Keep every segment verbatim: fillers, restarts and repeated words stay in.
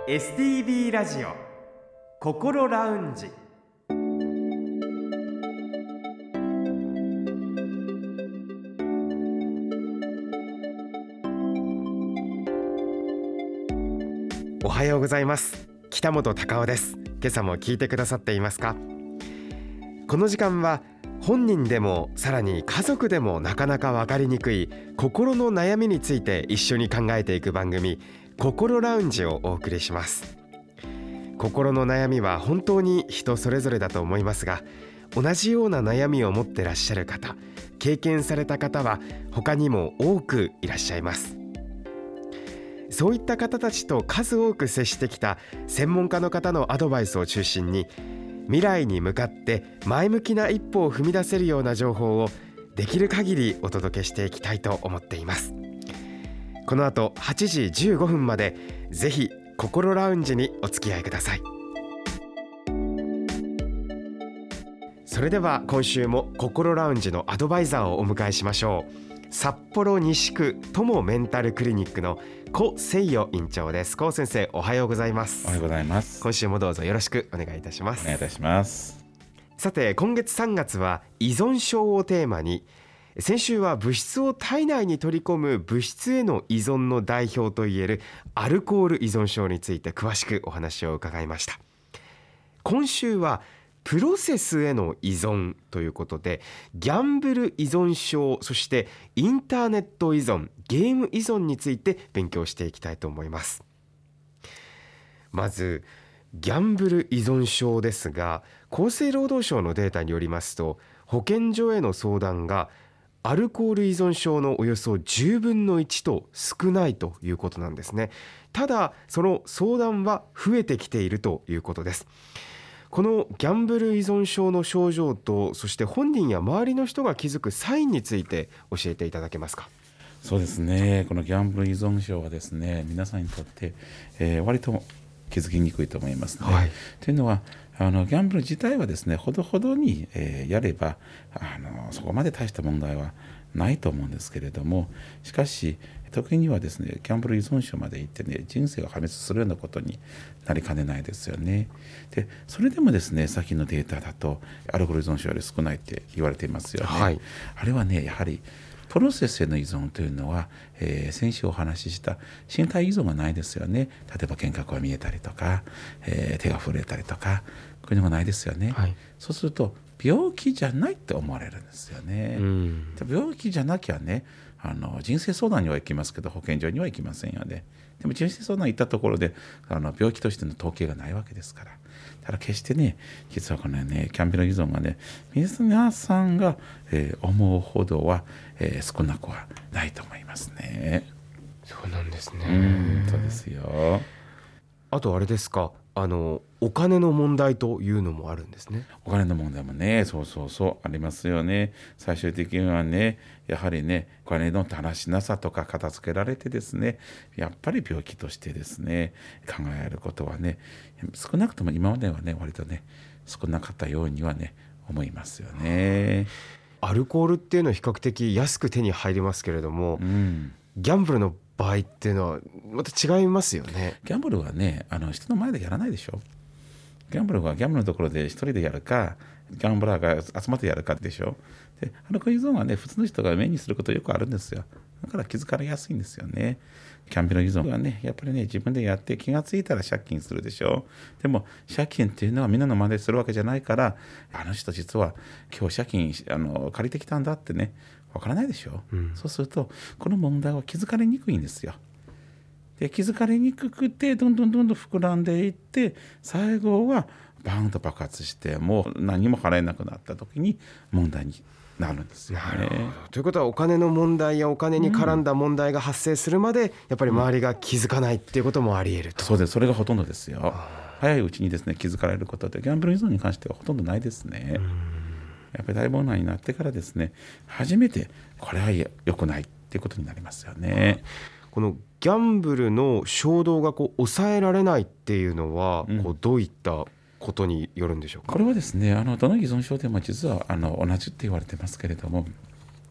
エスティービー ラジオ心ラウンジ。おはようございます。北本隆夫です。今朝も聞いてくださっていますか？この時間は本人でもさらに家族でもなかなか分かりにくい心の悩みについて一緒に考えていく番組、心ラウンジをお送りします。心の悩みは本当に人それぞれだと思いますが、同じような悩みを持ってらっしゃる方、経験された方は他にも多くいらっしゃいます。そういった方たちと数多く接してきた専門家の方のアドバイスを中心に、未来に向かって前向きな一歩を踏み出せるような情報をできる限りお届けしていきたいと思っています。この後はちじじゅうごふんまでぜひ心ラウンジにお付き合いください。それでは今週も心ラウンジのアドバイザーをお迎えしましょう。札幌西区友メンタルクリニックの古誠代院長です。古先生、おはようございます。 おはようございます。 今週もどうぞよろしくお願いいたします。 お願いいたします。 さて、今月さんがつは依存症をテーマに、先週は物質を体内に取り込む物質への依存の代表といえるアルコール依存症について詳しくお話を伺いました。今週はプロセスへの依存ということで、ギャンブル依存症、そしてインターネット依存、ゲーム依存について勉強していきたいと思います。まずギャンブル依存症ですが、厚生労働省のデータによりますと、保健所への相談がアルコール依存症のおよそじゅうぶんのいちと少ないということなんですね。ただその相談は増えてきているということです。このギャンブル依存症の症状と、そして本人や周りの人が気づくサインについて教えていただけますか？ そうですね、このギャンブル依存症はですね、皆さんにとって、えー、割と気づきにくいと思いますね。はい、というのはあのギャンブル自体はですね、ほどほどに、えー、やればあのそこまで大した問題はないと思うんですけれども、しかし時にはですね、ギャンブル依存症までいってね、人生を破滅するようなことになりかねないですよね。でそれでもですね、さっきのデータだとアルコール依存症より少ないって言われていますよね。はい、あれはね、やはりプロセスへの依存というのは、えー、先週お話しした身体依存がないですよね。例えば幻覚が見えたりとか、えー、手が震えたりとか、こういうのがないですよね。はい、そうすると病気じゃないって思われるんですよね。うん、病気じゃなきゃね、あの人生相談には行きますけど保健所には行きませんよね。でも人生相談行ったところであの病気としての統計がないわけですから。ただ決してね、実はこのね、ギャンブル依存がね、皆さんが、えー、思うほどは、えー、少なくはないと思いますね。 そうなんですね。 うん、そうですよ。 あとあれですか、あのお金の問題というのもあるんですね。 お金の問題もね、そうそうそうありますよね。最終的にはね、やはりね、お金のだらしなさとか片付けられてですね、やっぱり病気としてですね、考えられることはね、少なくとも今まではね、割とね、少なかったようにはね、思いますよね。 アルコールっていうのは比較的安く手に入りますけれども、うん、ギャンブルの場合っていうのはまた違いますよね。 ギャンブルはね、あの人の前でやらないでしょ。ギャンブルはギャンブルのところで一人でやるか、ギャンブラーが集まってやるかでしょ。でアルコール依存はね、普通の人が目にすることよくあるんですよ。だから気づかれやすいんですよね。ギャンブル依存はね、やっぱりね、自分でやって気がついたら借金するでしょ。でも借金っていうのはみんなの真似するわけじゃないから、あの人実は今日借金あの借りてきたんだってね、わからないでしょ、うん、そうするとこの問題は気づかれにくいんですよ。で気づかれにくくてどんどんどんどん膨らんでいって、最後はバーンと爆発して、もう何も払えなくなった時に問題になるんですよね。 なるほど。ということはお金の問題やお金に絡んだ問題が発生するまで、やっぱり周りが気づかないっていうこともあり得ると、 うん、そうです。それがほとんどですよ。早いうちにですね、気づかれることってギャンブル依存に関してはほとんどないですね。うん、やっぱり大問題になってからですね、初めてこれは良くないっていうことになりますよね。 このギャンブルの衝動がこう抑えられないっていうのは、うん、こうどういったことによるんでしょうか？ これはですね、あのどの依存症でも実はあの同じって言われてますけれども、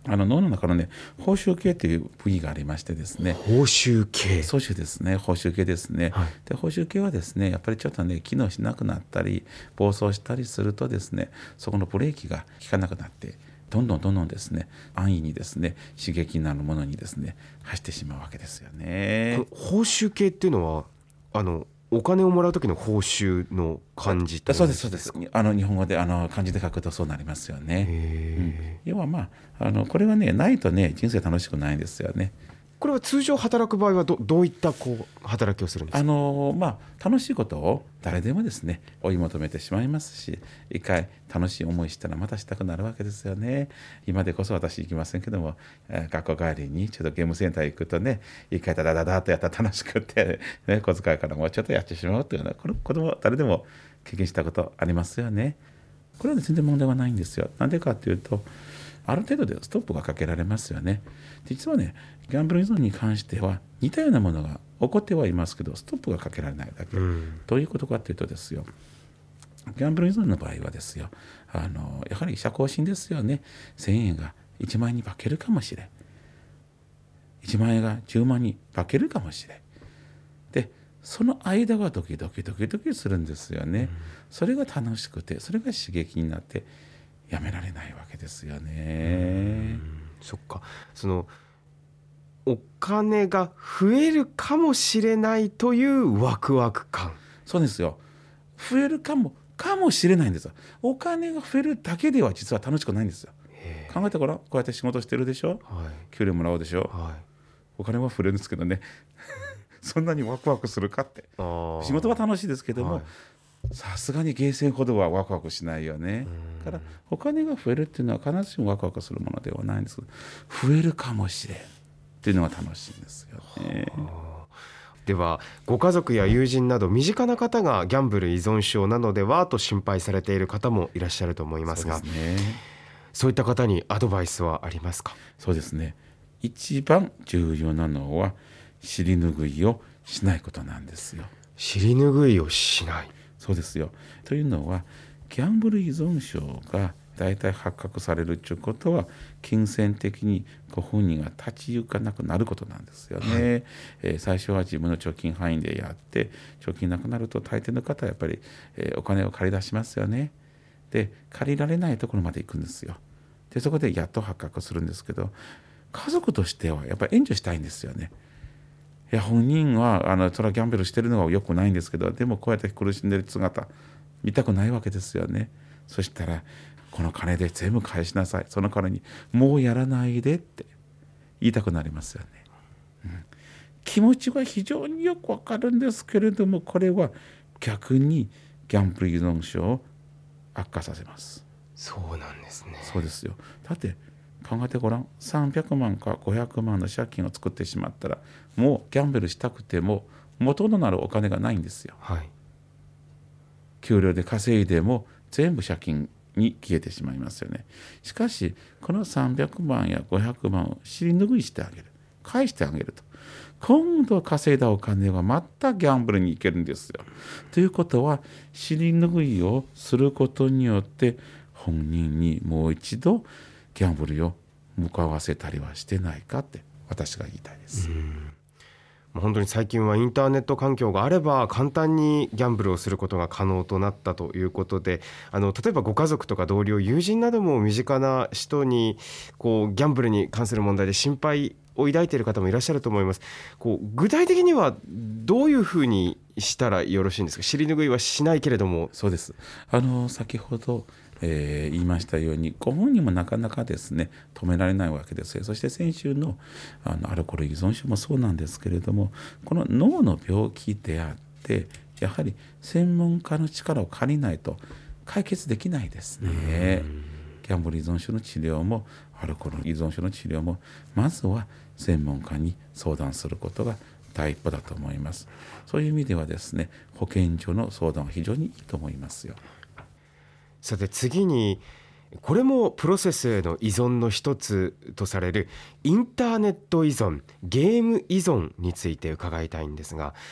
あの脳の中のね報酬系という部位がありましてですね、 報酬系、 そうですね、報酬系ですね、 はい、 で報酬系はですねやっぱりちょっとね機能しなくなったり暴走したりするとですね、そこのブレーキが効かなくなってどんどんどんどんですね安易にですね刺激になるものにですね走ってしまうわけですよね。 報酬系っていうのはあのお金をもらう時の報酬の漢字とそうですそうです。あの日本語であの漢字で書くとそうなりますよね。 へ、 うん、要はまああのこれはねないとね人生楽しくないんですよね。 これは通常働く場合は ど, どういったこう働きをするんですか？ あのまあ、楽しいことを誰でもですね追い求めてしまいますし、一回楽しい思いしたらまたしたくなるわけですよね。今でこそ私行きませんけども、えー、学校帰りにちょっとゲームセンター行くとね一回ダダダダッとやったら楽しくて、ね、小遣いからもうちょっとやってしまうというのはこれ子供誰でも経験したことありますよね。これは全然問題はないんですよ。なんでかというとある程度でストップがかけられますよね。実はねギャンブル依存に関しては似たようなものが起こってはいますけどストップがかけられないだけ、うん、どういうことかというとですよ、ギャンブル依存の場合はですよ、あのやはり社交心ですよね。せんえんがいちまん円に化けるかもしれん、いちまん円がじゅうまんに化けるかもしれんで、その間はドキドキドキドキするんですよね、うん、それが楽しくてそれが刺激になってやめられないわけですよね。 うん、そっか、そのお金が増えるかもしれないというワクワク感。 そうですよ、増えるかもかもしれないんですよ。お金が増えるだけでは実は楽しくないんですよ。考えてごらん、こうやって仕事してるでしょ、はい、給料もらうでしょ、はい、お金は増えるんですけどねそんなにワクワクするかって。仕事は楽しいですけども、さすがにゲーセンほどはワクワクしないよね。だからお金が増えるっていうのは必ずしもワクワクするものではないんですけど、増えるかもしれんっていうのが楽しいんですよね。 ではご家族や友人など身近な方がギャンブル依存症なのではと心配されている方もいらっしゃると思いますが、そうですね、そういった方にアドバイスはありますか？ そうですね、一番重要なのは尻拭いをしないことなんですよ。 尻拭いをしない。 そうですよ。というのはギャンブル依存症がだいたい発覚されるということは金銭的にご本人が立ち行かなくなることなんですよね、はい、えー、最初は自分の貯金範囲でやって貯金なくなると大抵の方はやっぱり、えー、お金を借り出しますよね。で借りられないところまで行くんですよ。でそこでやっと発覚するんですけど、家族としてはやっぱり援助したいんですよね。いや本人はあのそれはギャンブルしてるのは良くないんですけど、でもこうやって苦しんでる姿見たくないわけですよね。そしたらこの金で全部返しなさい、その代わりにもうやらないでって言いたくなりますよね、うん、気持ちは非常によくわかるんですけれども、これは逆にギャンブル依存症を悪化させます。 そうなんですね。 そうですよ。だって考えてごらん、さんびゃくまんかごひゃくまんの借金を作ってしまったらもうギャンブルしたくても元のなるお金がないんですよ、はい、給料で稼いでも全部借金に消えてしまいますよね。しかしこのさんびゃくまんやごひゃくまんを尻拭いしてあげる、返してあげると今度稼いだお金はまたギャンブルに行けるんですよ。ということは尻拭いをすることによって本人にもう一度ギャンブルを向かわせたりはしてないかって私が言いたいです。うん、 本当に最近はインターネット環境があれば簡単にギャンブルをすることが可能となったということで、あの例えばご家族とか同僚、友人なども身近な人にこうギャンブルに関する問題で心配を抱いている方もいらっしゃると思います。こう具体的にはどういうふうにしたらよろしいんですか？尻拭いはしないけれども。 そうです。あの先ほどえー、言いましたようにご本人もなかなかですね止められないわけですよ。そして先週 の, あのアルコール依存症もそうなんですけれども、この脳の病気であってやはり専門家の力を借りないと解決できないですね。ギャンブル依存症の治療もアルコール依存症の治療もまずは専門家に相談することが第一歩だと思います。そういう意味ではですね保健所の相談は非常にいいと思いますよ。 さて次に、これもプロセスへの依存の一つとされるインターネット依存、ゲーム依存について伺いたいんですが、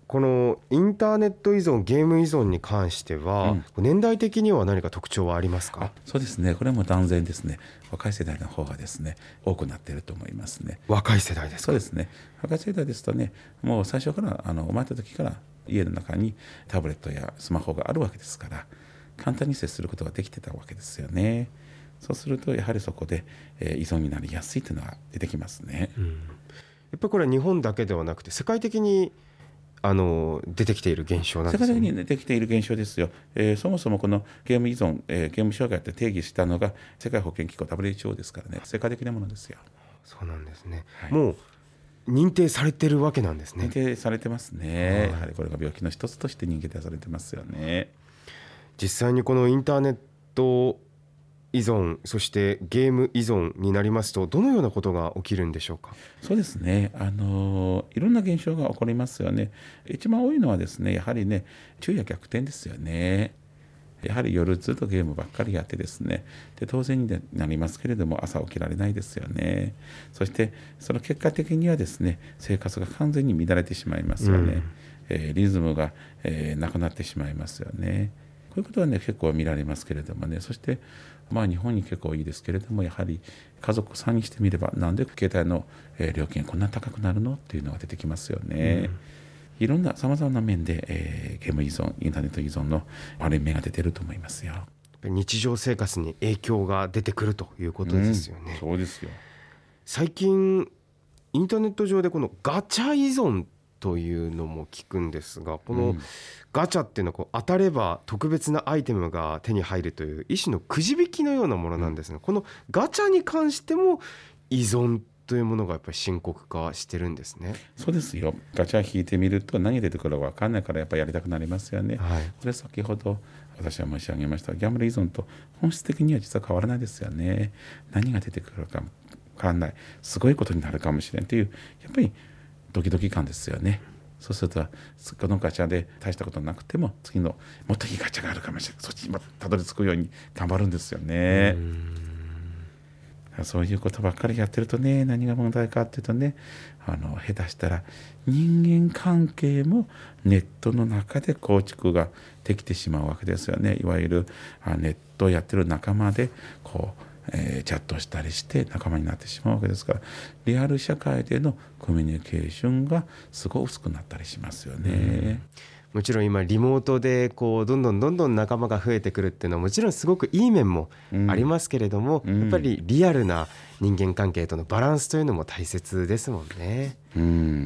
このインターネット依存、ゲーム依存に関しては、うん、年代的には何か特徴はありますか？ あ、そうですね、これも断然ですね、若い世代の方がですね多くなっていると思いますね。 若い世代ですか？ そうですね、若い世代ですとね、もう最初からあの生まれた時から家の中にタブレットやスマホがあるわけですから、簡単に接することができてたわけですよね。そうするとやはりそこで、えー、依存になりやすいというのが出てきますね。 うん、やっぱりこれは日本だけではなくて世界的にあの出てきている現象なんですよね。 世界的に出てきている現象ですよ。えー、そもそもこのゲーム依存、えー、ゲーム障害って定義したのが世界保健機構 ダブリューエイチオー ですからね、世界的なものですよ。 そうなんですね、 はい、 もう認定されてるわけなんですね。 認定されてますね、やはりこれが病気の一つとして認定されてますよね。 実際にこのインターネット依存、そしてゲーム依存になりますと、どのようなことが起きるんでしょうか？ そうですね、あのいろんな現象が起こりますよね。一番多いのはですね、やはりね、昼夜逆転ですよね。やはり夜ずっとゲームばっかりやってですね、で当然になりますけれども朝起きられないですよね。そしてその結果的にはですね、生活が完全に乱れてしまいますよね、うん、えー、リズムが、えー、なくなってしまいますよね。こういうことはね結構見られますけれどもね。そしてまあ日本に結構いいですけれども、やはり家族さんにしてみればなんで携帯の料金こんな高くなるのっていうのが出てきますよね、うん、いろんなさまざまな面で、えー、ゲーム依存、インターネット依存の悪い面が出てると思いますよ。 日常生活に影響が出てくるということですよね、 うん、そうですよ。 最近インターネット上でこのガチャ依存というのも聞くんですが、このガチャっていうのはこう当たれば特別なアイテムが手に入るという一種のくじ引きのようなものなんですが、このガチャに関しても依存というものがやっぱり深刻化してるんですね。 そうですよ。ガチャ引いてみると何が出てくるか分かんないからやっぱりやりたくなりますよね、はい、これ先ほど私は申し上げましたギャンブル依存と本質的には実は変わらないですよね。何が出てくるか分からない、すごいことになるかもしれないというやっぱりドキドキ感ですよね。そうするとこのガチャで大したことなくても次のもっといいガチャがあるかもしれない、そっちにたどり着くように頑張るんですよね。うーん、そういうことばっかりやってるとね、何が問題かっていうとね、あの下手したら人間関係もネットの中で構築ができてしまうわけですよね。いわゆるネットをやってる仲間でこうえー、チャットしたりして仲間になってしまうわけですから、リアル社会でのコミュニケーションがすごい薄くなったりしますよね、うん、 もちろん今リモートでこうどんどんどんどん仲間が増えてくるっていうのはもちろんすごくいい面もありますけれども、うん、やっぱりリアルな人間関係とのバランスというのも大切ですもんね。 うん、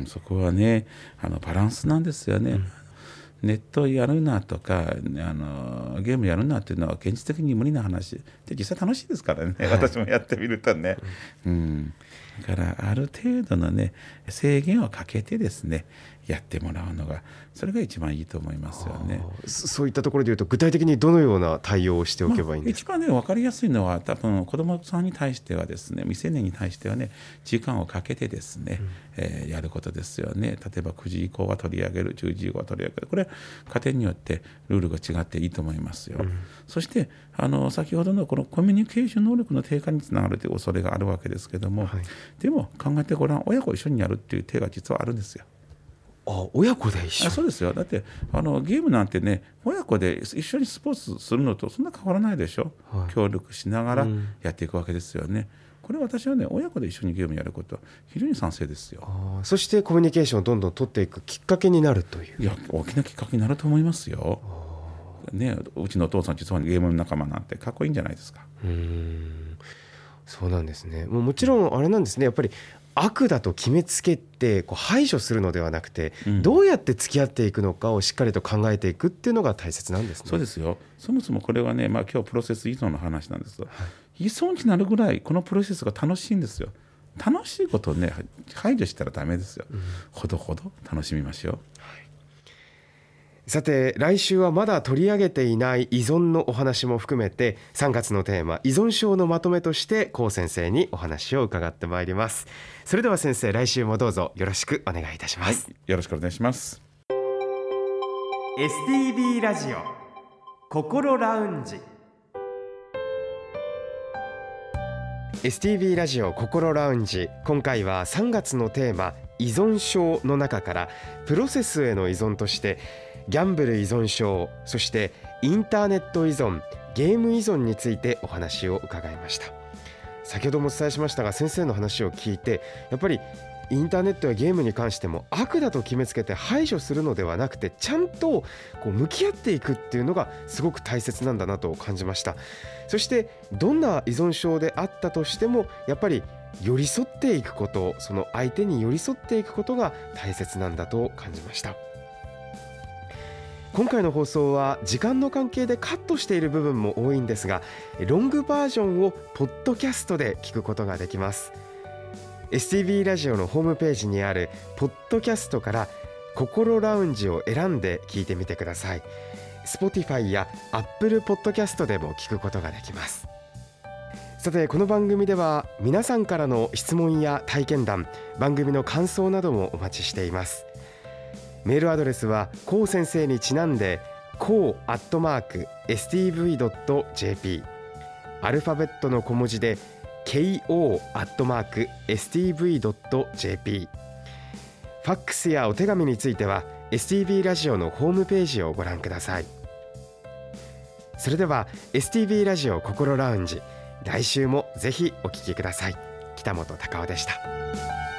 そこはねあのバランスなんですよね、うん、ネットやるなとかあのゲームやるなっていうのは現実的に無理な話で、実際楽しいですからね、はい、私もやってみるとね、うん、だからある程度のね制限をかけてですねやってもらうのがそれが一番いいと思いますよね。 そういったところでいうと具体的にどのような対応をしておけばいいんですか？ まあ、一番ね分かりやすいのは多分子どもさんに対してはですね、未成年に対してはね時間をかけてですね、うんえー、やることですよね。例えばくじ以降は取り上げる、じゅうじ以降は取り上げる、これは家庭によってルールが違っていいと思いますよ、うん、そしてあの先ほどのこのコミュニケーション能力の低下につながるという恐れがあるわけですけども、はい、でも考えてごらん、親子一緒にやるっていう手が実はあるんですよ。 あ、親子で一緒に。 あ、そうですよ。だってあのゲームなんてね親子で一緒にスポーツするのとそんな変わらないでしょ、はい、協力しながらやっていくわけですよね、うん、これ私はね親子で一緒にゲームやることは非常に賛成ですよ。 あ、そしてコミュニケーションをどんどん取っていくきっかけになるという。 いや大きなきっかけになると思いますよ、ね、うちのお父さん実はゲームの仲間なんてかっこいいんじゃないですか。 うーん、そうなんですね。もうもちろんあれなんですね、やっぱり悪だと決めつけてこう排除するのではなくて、うん、どうやって付き合っていくのかをしっかりと考えていくっていうのが大切なんですね。 そうですよ。そもそもこれはね、まあ、今日プロセス依存の話なんですけど、はい、依存になるぐらいこのプロセスが楽しいんですよ。楽しいことをね排除したらダメですよ、うん、ほどほど楽しみましょう。はい、 さて来週はまだ取り上げていない依存のお話も含めてさんがつのテーマ依存症のまとめとして高先生にお話を伺ってまいります。それでは先生、来週もどうぞよろしくお願いいたします。 はい、よろしくお願いします。 エスティービー ラジオ心ラウンジ。 エスティービー ラジオ心ラウンジ、今回はさんがつのテーマ依存症の中からプロセスへの依存としてギャンブル依存症、そしてインターネット依存、ゲーム依存についてお話を伺いました。先ほどもお伝えしましたが、先生の話を聞いてやっぱりインターネットやゲームに関しても悪だと決めつけて排除するのではなくて、ちゃんとこう向き合っていくっていうのがすごく大切なんだなと感じました。そしてどんな依存症であったとしてもやっぱり寄り添っていくこと、その相手に寄り添っていくことが大切なんだと感じました。今回の放送は時間の関係でカットしている部分も多いんですが、ロングバージョンをポッドキャストで聞くことができます。 エスティービー ラジオのホームページにあるポッドキャストから心ラウンジを選んで聞いてみてください。 Spotify や Apple Podcast でも聞くことができます。さて、この番組では皆さんからの質問や体験談、番組の感想などもお待ちしています。メールアドレスはこう先生にちなんで こう アットマーク エスティーブイ ドット ジェーピー、 アルファベットの小文字で ケーオー アットマーク エスティーブイ ドット ジェーピー。 ファックスやお手紙については エスティービー ラジオのホームページをご覧ください。それでは エスティービー ラジオ心ラウンジ、来週もぜひお聞きください。北本隆夫でした。